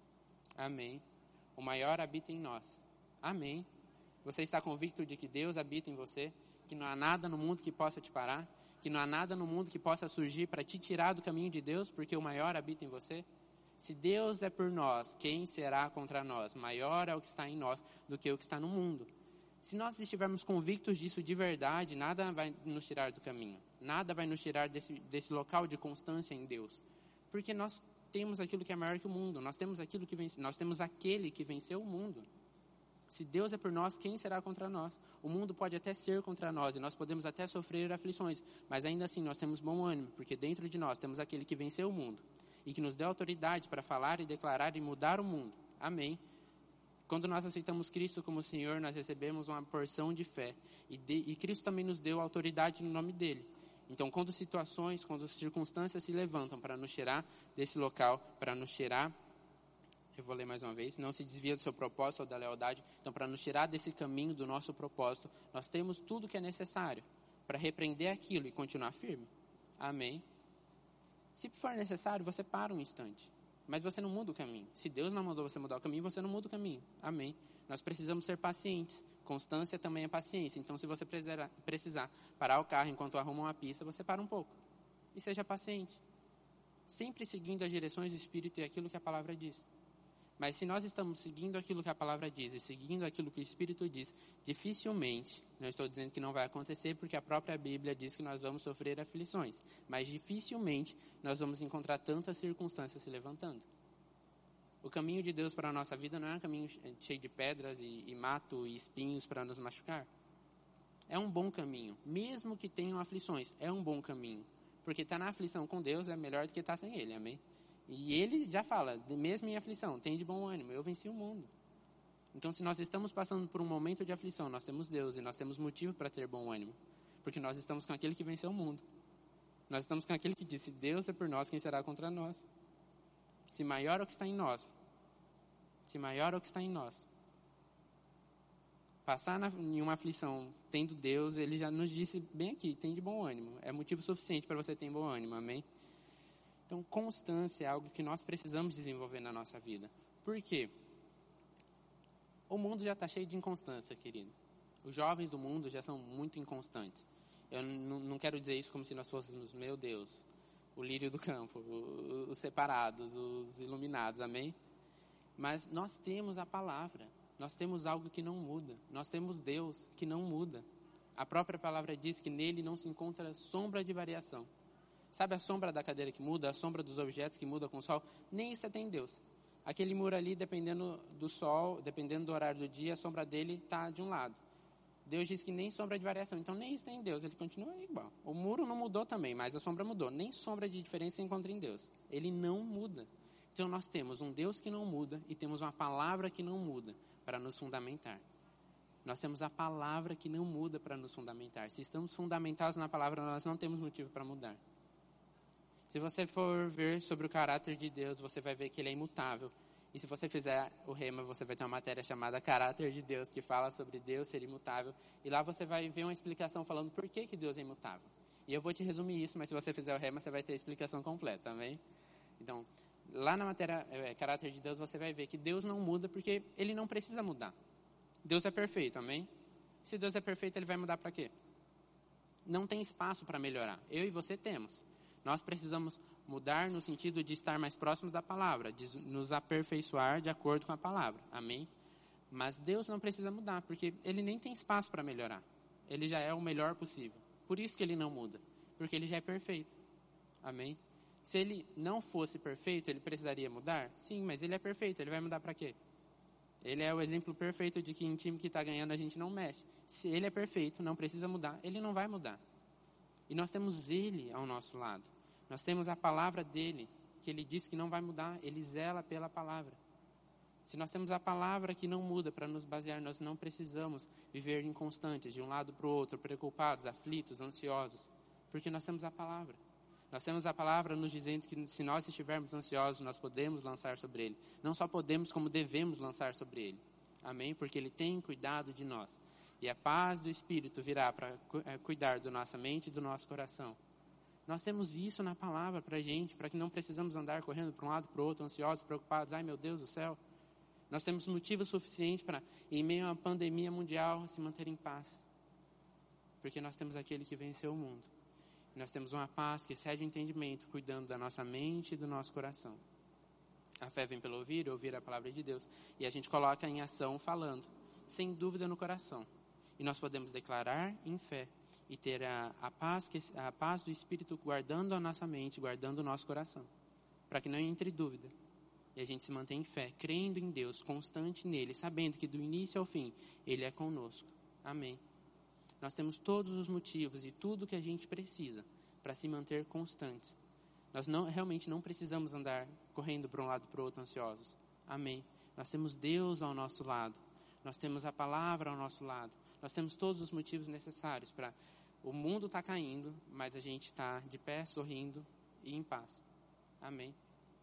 Amém. O maior habita em nós. Amém. Você está convicto de que Deus habita em você? Que não há nada no mundo que possa te parar? Que não há nada no mundo que possa surgir para te tirar do caminho de Deus? Porque o maior habita em você? Se Deus é por nós, quem será contra nós? Maior é o que está em nós do que o que está no mundo. Se nós estivermos convictos disso de verdade, nada vai nos tirar do caminho. Nada vai nos tirar desse, desse local de constância em Deus. Porque nós temos aquilo que é maior que o mundo. Nós temos aquilo que vence, nós temos aquele que venceu o mundo. Se Deus é por nós, quem será contra nós? O mundo pode até ser contra nós e nós podemos até sofrer aflições, mas ainda assim nós temos bom ânimo, porque dentro de nós temos aquele que venceu o mundo e que nos deu autoridade para falar e declarar e mudar o mundo. Amém. Quando nós aceitamos Cristo como Senhor, nós recebemos uma porção de fé e, de, e Cristo também nos deu autoridade no nome dele. Então, quando situações, quando circunstâncias se levantam para nos tirar desse local, para nos tirar, eu vou ler mais uma vez, não se desvia do seu propósito ou da lealdade, então para nos tirar desse caminho do nosso propósito, nós temos tudo que é necessário para repreender aquilo e continuar firme. Amém. Se for necessário, você para um instante, mas você não muda o caminho. Se Deus não mandou você mudar o caminho, você não muda o caminho. Amém. Nós precisamos ser pacientes. Constância também é paciência. Então, se você precisar, precisar parar o carro enquanto arruma uma pista, você para um pouco. E seja paciente. Sempre seguindo as direções do Espírito e aquilo que a palavra diz. Mas se nós estamos seguindo aquilo que a palavra diz e seguindo aquilo que o Espírito diz, dificilmente, não estou dizendo que não vai acontecer, porque a própria Bíblia diz que nós vamos sofrer aflições, mas dificilmente nós vamos encontrar tantas circunstâncias se levantando. O caminho de Deus para a nossa vida não é um caminho cheio de pedras e, e mato e espinhos para nos machucar. É um bom caminho, mesmo que tenham aflições, é um bom caminho. Porque estar na aflição com Deus é melhor do que estar sem Ele, amém? E Ele já fala, mesmo em aflição, tem de bom ânimo, eu venci o mundo. Então, se nós estamos passando por um momento de aflição, nós temos Deus e nós temos motivo para ter bom ânimo. Porque nós estamos com aquele que venceu o mundo. Nós estamos com aquele que disse, Deus é por nós, quem será contra nós? Se maior é o que está em nós, se maior é o que está em nós, passar na, em uma aflição tendo Deus, ele já nos disse bem aqui, tem de bom ânimo. É motivo suficiente para você ter bom ânimo, amém? Então, constância é algo que nós precisamos desenvolver na nossa vida. Por quê? O mundo já está cheio de inconstância, querido. Os jovens do mundo já são muito inconstantes. Eu n- não quero dizer isso como se nós fôssemos, meu Deus, o lírio do campo, o, os separados, os iluminados, amém? Mas nós temos a palavra. Nós temos algo que não muda. Nós temos Deus que não muda. A própria palavra diz que nele não se encontra sombra de variação. Sabe a sombra da cadeira que muda? A sombra dos objetos que muda com o sol? Nem isso tem em Deus. Aquele muro ali, dependendo do sol, dependendo do horário do dia, a sombra dele está de um lado. Deus diz que nem sombra de variação. Então nem isso tem em Deus. Ele continua igual. O muro não mudou também, mas a sombra mudou. Nem sombra de diferença se encontra em Deus. Ele não muda. Então nós temos um Deus que não muda e temos uma palavra que não muda para nos fundamentar. Nós temos a palavra que não muda para nos fundamentar. Se estamos fundamentados na palavra, nós não temos motivo para mudar. Se você for ver sobre o caráter de Deus, você vai ver que ele é imutável. E se você fizer o rema, você vai ter uma matéria chamada Caráter de Deus, que fala sobre Deus ser imutável. E lá você vai ver uma explicação falando por que, que Deus é imutável. E eu vou te resumir isso, mas se você fizer o rema, você vai ter a explicação completa, amém? Então, lá na matéria é, Caráter de Deus, você vai ver que Deus não muda porque ele não precisa mudar. Deus é perfeito, amém? Se Deus é perfeito, ele vai mudar para quê? Não tem espaço para melhorar. Eu e você temos. Nós precisamos mudar no sentido de estar mais próximos da palavra, de nos aperfeiçoar de acordo com a palavra, amém? Mas Deus não precisa mudar, porque ele nem tem espaço para melhorar. Ele já é o melhor possível. Por isso que ele não muda, porque ele já é perfeito, amém? Se ele não fosse perfeito, ele precisaria mudar? Sim, mas ele é perfeito, ele vai mudar para quê? Ele é o exemplo perfeito de que em time que está ganhando a gente não mexe. Se ele é perfeito, não precisa mudar, ele não vai mudar. E nós temos ele ao nosso lado. Nós temos a palavra dele, que ele diz que não vai mudar, ele zela pela palavra. Se nós temos a palavra que não muda para nos basear, nós não precisamos viver inconstantes, de um lado para o outro, preocupados, aflitos, ansiosos, porque nós temos a palavra. Nós temos a palavra nos dizendo que se nós estivermos ansiosos, nós podemos lançar sobre ele. Não só podemos, como devemos lançar sobre ele. Amém? Porque ele tem cuidado de nós. E a paz do Espírito virá para cuidar da nossa mente e do nosso coração. Nós temos isso na palavra para a gente, para que não precisamos andar correndo para um lado para o outro, ansiosos, preocupados. Ai, meu Deus do céu. Nós temos motivo suficiente para, em meio a uma pandemia mundial, se manter em paz. Porque nós temos aquele que venceu o mundo. Nós temos uma paz que excede o entendimento, cuidando da nossa mente e do nosso coração. A fé vem pelo ouvir, ouvir a palavra de Deus. E a gente coloca em ação falando, sem dúvida no coração. E nós podemos declarar em fé e ter a, a, paz, que, a paz do Espírito guardando a nossa mente, guardando o nosso coração. Para que não entre dúvida. E a gente se mantém em fé, crendo em Deus, constante nele, sabendo que do início ao fim, ele é conosco. Amém. Nós temos todos os motivos e tudo que a gente precisa para se manter constantes. Nós não, realmente não precisamos andar correndo para um lado e para o outro ansiosos. Amém. Nós temos Deus ao nosso lado. Nós temos a palavra ao nosso lado. Nós temos todos os motivos necessários para... O mundo está caindo, mas a gente está de pé, sorrindo e em paz. Amém.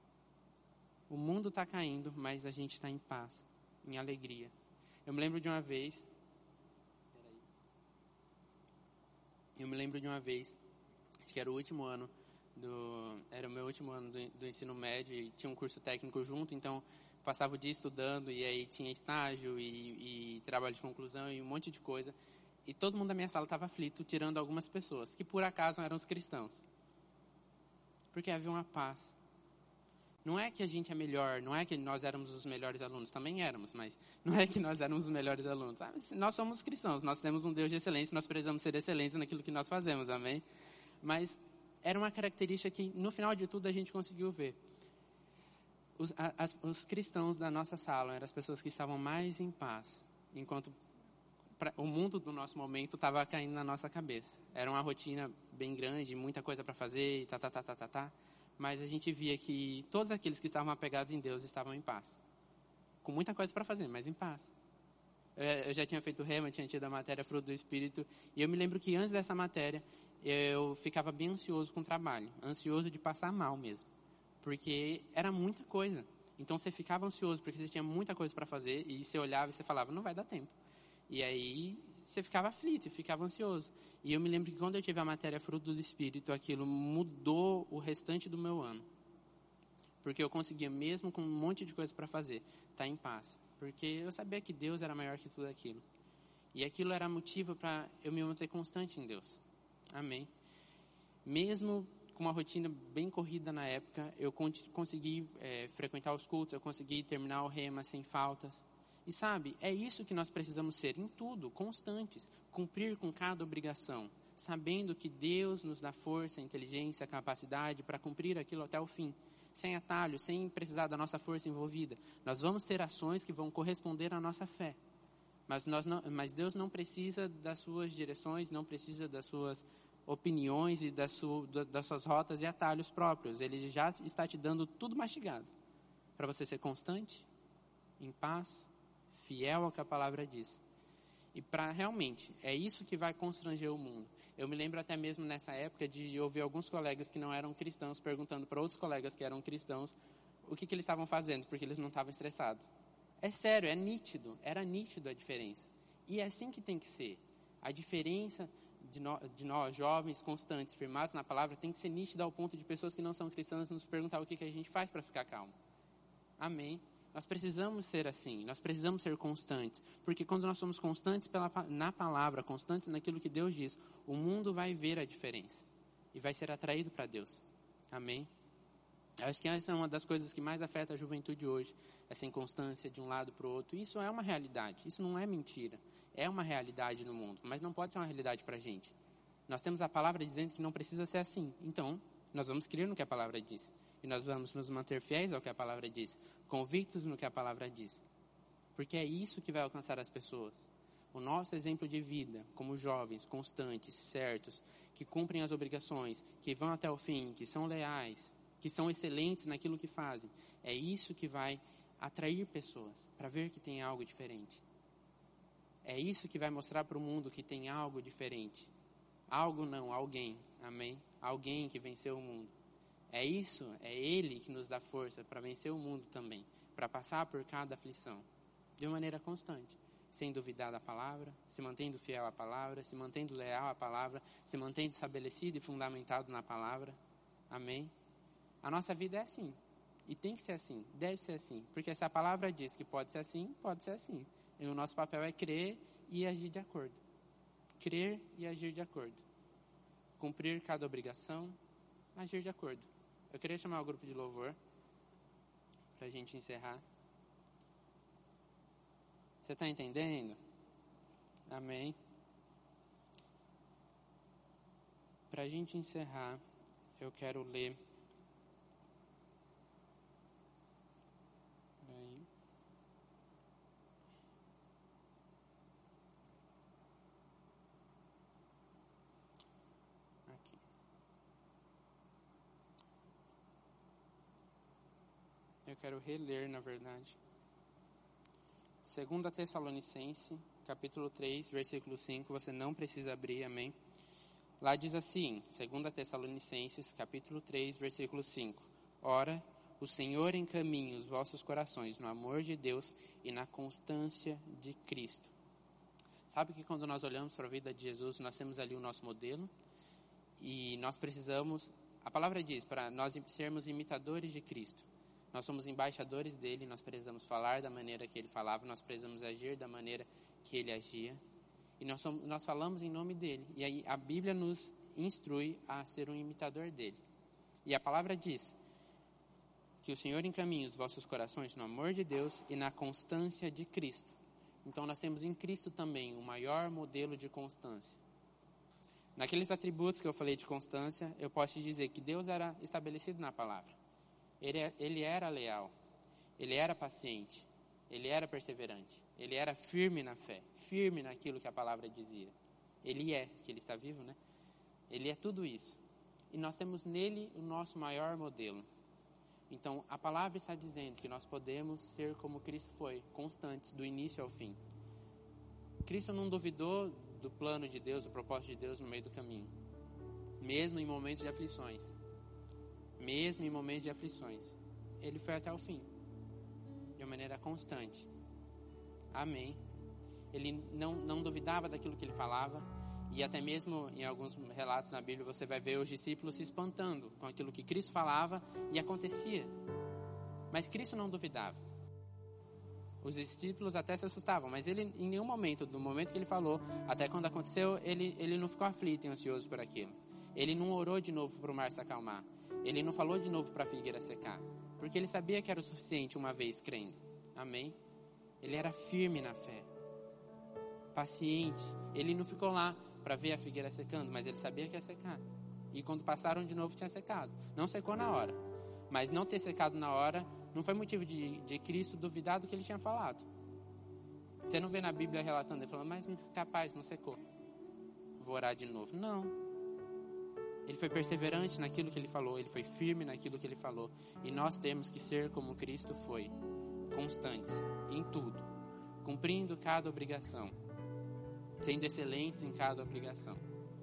O mundo está caindo, mas a gente está em paz, em alegria. Eu me lembro de uma vez... Eu me lembro de uma vez, acho que era o último ano, do, era o meu último ano do, do ensino médio, e tinha um curso técnico junto, então passava o dia estudando, e aí tinha estágio e, e trabalho de conclusão e um monte de coisa. E todo mundo da minha sala estava aflito, tirando algumas pessoas, que por acaso eram os cristãos. Porque havia uma paz. Não é que a gente é melhor, não é que nós éramos os melhores alunos, também éramos, mas não é que nós éramos os melhores alunos. Ah, nós somos cristãos, nós temos um Deus de excelência, nós precisamos ser excelentes naquilo que nós fazemos, amém? Mas era uma característica que, no final de tudo, a gente conseguiu ver. Os, as, os cristãos da nossa sala eram as pessoas que estavam mais em paz, enquanto pra, o mundo do nosso momento estava caindo na nossa cabeça. Era uma rotina bem grande, muita coisa para fazer, e tá, tá, tá, tá, tá, tá. Mas a gente via que todos aqueles que estavam apegados em Deus estavam em paz. Com muita coisa para fazer, mas em paz. Eu já tinha feito rema, tinha tido a matéria Fruto do Espírito. E eu me lembro que antes dessa matéria, eu ficava bem ansioso com o trabalho. Ansioso de passar mal mesmo. porque era muita coisa. Então você ficava ansioso porque você tinha muita coisa para fazer e você olhava e você falava, não vai dar tempo. E aí você ficava aflito e ficava ansioso. E eu me lembro que quando eu tive a matéria fruto do Espírito, aquilo mudou o restante do meu ano. Porque eu conseguia, mesmo com um monte de coisa para fazer, estar em paz. Porque eu sabia que Deus era maior que tudo aquilo. E aquilo era motivo para eu me manter constante em Deus. Amém. Mesmo com uma rotina bem corrida na época, eu consegui é, frequentar os cultos, eu consegui terminar o rema sem faltas. E sabe, é isso que nós precisamos ser em tudo, constantes, cumprir com cada obrigação, sabendo que Deus nos dá força, inteligência, capacidade para cumprir aquilo até o fim, sem atalho, sem precisar da nossa força envolvida. Nós vamos ter ações que vão corresponder à nossa fé, mas, nós não, mas Deus não precisa das suas direções, não precisa das suas opiniões e das, su, das suas rotas e atalhos próprios. Ele já está te dando tudo mastigado, para você ser constante, em paz, fiel ao que a palavra diz. E para realmente, é isso que vai constranger o mundo. Eu me lembro até mesmo nessa época de ouvir alguns colegas que não eram cristãos perguntando para outros colegas que eram cristãos o que, que eles estavam fazendo, porque eles não estavam estressados. É sério, é nítido, era nítido a diferença. E é assim que tem que ser. A diferença de, no, de nós, jovens, constantes, firmados na palavra, tem que ser nítida ao ponto de pessoas que não são cristãs nos perguntar o que, que a gente faz para ficar calmo. Amém. Nós precisamos ser assim, nós precisamos ser constantes, porque quando nós somos constantes pela, na palavra, constantes naquilo que Deus diz, o mundo vai ver a diferença e vai ser atraído para Deus. Amém? Acho que essa é uma das coisas que mais afeta a juventude hoje, essa inconstância de um lado para o outro. Isso é uma realidade, isso não é mentira, é uma realidade no mundo, mas não pode ser uma realidade para a gente. Nós temos a palavra dizendo que não precisa ser assim, então nós vamos crer no que a palavra diz. E nós vamos nos manter fiéis ao que a palavra diz, convictos no que a palavra diz. Porque é isso que vai alcançar as pessoas. O nosso exemplo de vida, como jovens, constantes, certos, que cumprem as obrigações, que vão até o fim, que são leais, que são excelentes naquilo que fazem, é isso que vai atrair pessoas para ver que tem algo diferente. É isso que vai mostrar para o mundo que tem algo diferente. Algo não, alguém, amém? Alguém que venceu o mundo. É isso, é Ele que nos dá força para vencer o mundo também, para passar por cada aflição, de uma maneira constante, sem duvidar da palavra, se mantendo fiel à palavra, se mantendo leal à palavra, se mantendo estabelecido e fundamentado na palavra. Amém? A nossa vida é assim, e tem que ser assim, deve ser assim, porque se a palavra diz que pode ser assim, pode ser assim. E o nosso papel é crer e agir de acordo. Crer e agir de acordo. Cumprir cada obrigação, agir de acordo. Eu queria chamar o grupo de louvor para a gente encerrar. Você está entendendo? Amém. Para a gente encerrar, eu quero ler. Aí. Aqui. Eu quero reler, na verdade. Segunda Tessalonicenses, capítulo três, versículo cinco, você não precisa abrir, amém? Lá diz assim, Segunda Tessalonicenses, capítulo três, versículo cinco. Ora, o Senhor encaminha os vossos corações no amor de Deus e na constância de Cristo. Sabe que quando nós olhamos para a vida de Jesus, nós temos ali o nosso modelo e nós precisamos, a palavra diz, para nós sermos imitadores de Cristo. Nós somos embaixadores dele, nós precisamos falar da maneira que ele falava, nós precisamos agir da maneira que ele agia. E nós, somos, nós falamos em nome dele. E aí a Bíblia nos instrui a ser um imitador dele. E a palavra diz que o Senhor encaminha os vossos corações no amor de Deus e na constância de Cristo. Então nós temos em Cristo também o maior modelo de constância. Naqueles atributos que eu falei de constância, eu posso te dizer que Deus era estabelecido na palavra. Ele, ele era leal, ele era paciente, ele era perseverante, ele era firme na fé, firme naquilo que a palavra dizia. Ele é, que ele está vivo, né? Ele é tudo isso. E nós temos nele o nosso maior modelo. Então, a palavra está dizendo que nós podemos ser como Cristo foi, constantes, do início ao fim. Cristo não duvidou do plano de Deus, do propósito de Deus no meio do caminho, mesmo em momentos de aflições. mesmo em momentos de aflições, ele foi até o fim, de uma maneira constante. Amém. Ele não, não duvidava daquilo que ele falava, e até mesmo em alguns relatos na Bíblia você vai ver os discípulos se espantando com aquilo que Cristo falava e acontecia. Mas Cristo não duvidava. Os discípulos até se assustavam, mas ele em nenhum momento, do momento que ele falou, até quando aconteceu, ele, ele não ficou aflito e ansioso por aquilo. Ele não orou de novo para o mar se acalmar. Ele não falou de novo para a figueira secar, porque ele sabia que era o suficiente uma vez crendo. Amém? Ele era firme na fé, paciente. Ele não ficou lá para ver a figueira secando, mas ele sabia que ia secar. E quando passaram de novo, tinha secado. Não secou na hora, mas não ter secado na hora não foi motivo de, de Cristo duvidar do que ele tinha falado. Você não vê na Bíblia relatando, ele falando, mas capaz, não secou, vou orar de novo. Não. Ele foi perseverante naquilo que ele falou, ele foi firme naquilo que ele falou. E nós temos que ser como Cristo foi, constantes em tudo, cumprindo cada obrigação, sendo excelentes em cada obrigação.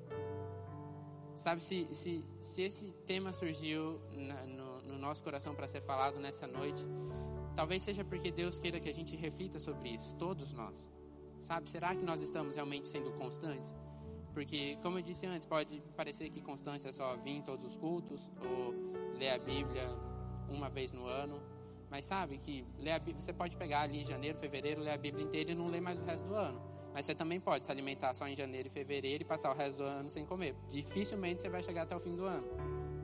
Sabe, se, se, se esse tema surgiu na, no, no nosso coração para ser falado nessa noite, talvez seja porque Deus queira que a gente reflita sobre isso, todos nós. Sabe, será que nós estamos realmente sendo constantes? Porque, como eu disse antes, pode parecer que constância é só vir em todos os cultos, ou ler a Bíblia uma vez no ano. Mas sabe que ler a Bíblia, você pode pegar ali em janeiro, fevereiro, ler a Bíblia inteira e não ler mais o resto do ano. Mas você também pode se alimentar só em janeiro e fevereiro e passar o resto do ano sem comer. Dificilmente você vai chegar até o fim do ano.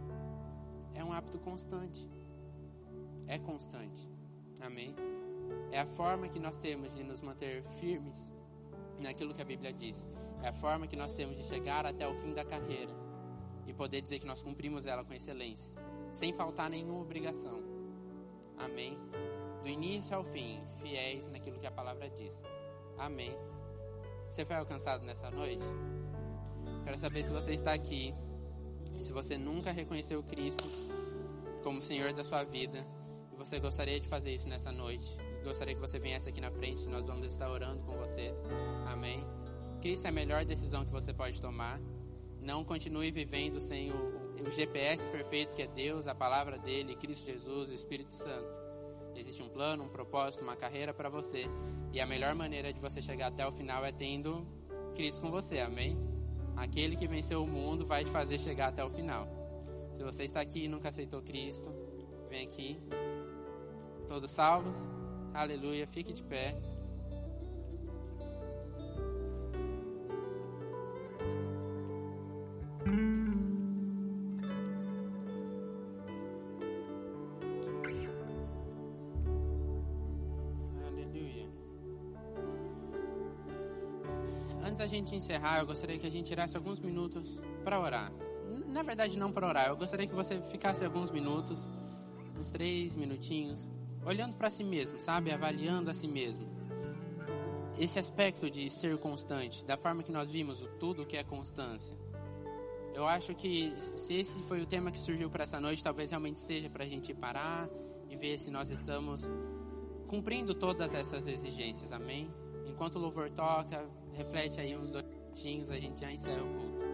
É um hábito constante. É constante. Amém? É a forma que nós temos de nos manter firmes naquilo que a Bíblia diz. É a forma que nós temos de chegar até o fim da carreira e poder dizer que nós cumprimos ela com excelência, sem faltar nenhuma obrigação. Amém? Do início ao fim, fiéis naquilo que a palavra diz. Amém? Você foi alcançado nessa noite? Quero saber se você está aqui, se você nunca reconheceu Cristo como Senhor da sua vida, e você gostaria de fazer isso nessa noite. Gostaria que você viesse aqui na frente, nós vamos estar orando com você. Amém? Cristo é a melhor decisão que você pode tomar. Não continue vivendo sem o, o G P S perfeito que é Deus, a palavra dele, Cristo Jesus, o Espírito Santo. Existe um plano, um propósito, uma carreira para você. E a melhor maneira de você chegar até o final é tendo Cristo com você, amém? Aquele que venceu o mundo vai te fazer chegar até o final. Se você está aqui e nunca aceitou Cristo, vem aqui. Todos salvos? Aleluia, fique de pé. Antes da gente encerrar, eu gostaria que a gente tirasse alguns minutos para orar. Na verdade, não para orar. Eu gostaria que você ficasse alguns minutos, uns três minutinhos, olhando para si mesmo, sabe? Avaliando a si mesmo. Esse aspecto de ser constante, da forma que nós vimos o tudo que é constância. Eu acho que se esse foi o tema que surgiu para essa noite, talvez realmente seja para a gente parar e ver se nós estamos cumprindo todas essas exigências, amém? Enquanto o louvor toca, reflete aí uns dois minutinhos, a gente já encerra o culto.